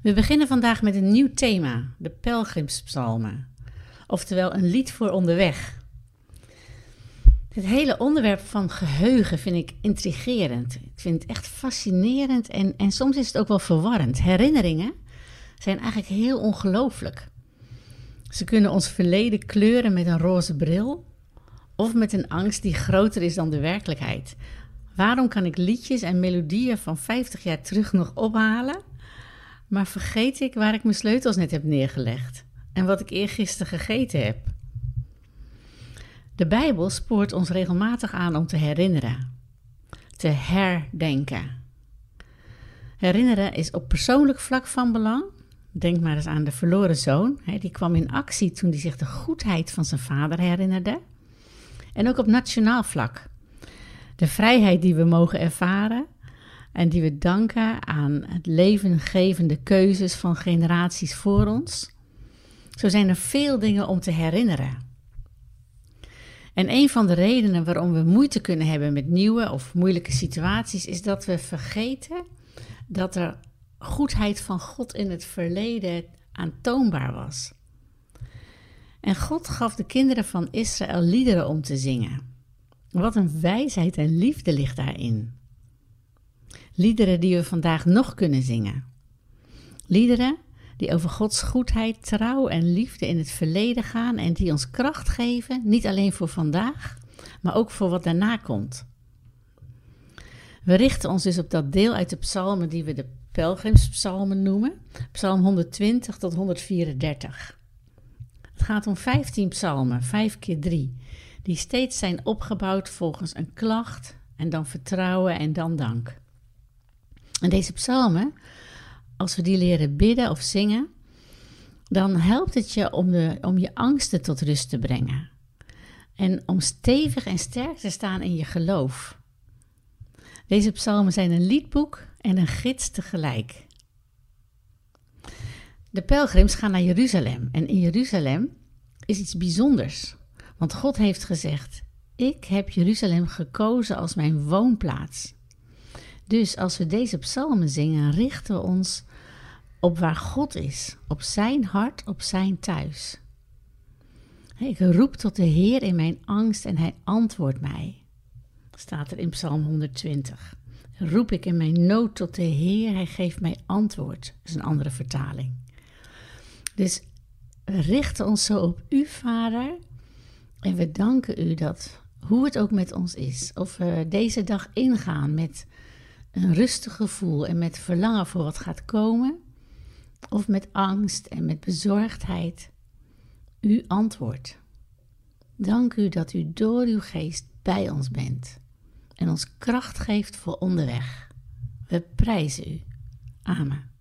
We beginnen vandaag met een nieuw thema, de pelgrimspsalmen, oftewel een lied voor onderweg. Het hele onderwerp van geheugen vind ik intrigerend. Ik vind het echt fascinerend en soms is het ook wel verwarrend. Herinneringen zijn eigenlijk heel ongelooflijk. Ze kunnen ons verleden kleuren met een roze bril of met een angst die groter is dan de werkelijkheid. Waarom kan ik liedjes en melodieën van 50 jaar terug nog ophalen, maar vergeet ik waar ik mijn sleutels net heb neergelegd en wat ik eergisteren gegeten heb? De Bijbel spoort ons regelmatig aan om te herinneren, te herdenken. Herinneren is op persoonlijk vlak van belang. Denk maar eens aan de verloren zoon. Die kwam in actie toen hij zich de goedheid van zijn vader herinnerde. En ook op nationaal vlak. De vrijheid die we mogen ervaren en die we danken aan het levengevende keuzes van generaties voor ons. Zo zijn er veel dingen om te herinneren. En een van de redenen waarom we moeite kunnen hebben met nieuwe of moeilijke situaties is dat we vergeten dat er goedheid van God in het verleden aantoonbaar was. En God gaf de kinderen van Israël liederen om te zingen. Wat een wijsheid en liefde ligt daarin. Liederen die we vandaag nog kunnen zingen. Liederen die over Gods goedheid, trouw en liefde in het verleden gaan en die ons kracht geven, niet alleen voor vandaag, maar ook voor wat daarna komt. We richten ons dus op dat deel uit de psalmen die we de pelgrimspsalmen noemen, psalm 120 tot 134. Het gaat om 15 psalmen, 5 keer 3, die steeds zijn opgebouwd volgens een klacht en dan vertrouwen en dan dank. En deze psalmen, als we die leren bidden of zingen, dan helpt het je om je angsten tot rust te brengen. En om stevig en sterk te staan in je geloof. Deze psalmen zijn een liedboek en een gids tegelijk. De pelgrims gaan naar Jeruzalem en in Jeruzalem is iets bijzonders. Want God heeft gezegd, ik heb Jeruzalem gekozen als mijn woonplaats. Dus als we deze psalmen zingen, richten we ons op waar God is, op zijn hart, op zijn thuis. Ik roep tot de Heer in mijn angst en hij antwoordt mij. Staat er in psalm 120. Roep ik in mijn nood tot de Heer, hij geeft mij antwoord. Dat is een andere vertaling. Dus we richten ons zo op u, Vader, en we danken u dat, hoe het ook met ons is, of we deze dag ingaan met een rustig gevoel en met verlangen voor wat gaat komen, of met angst en met bezorgdheid, u antwoordt. Dank u dat u door uw geest bij ons bent en ons kracht geeft voor onderweg. We prijzen u. Amen.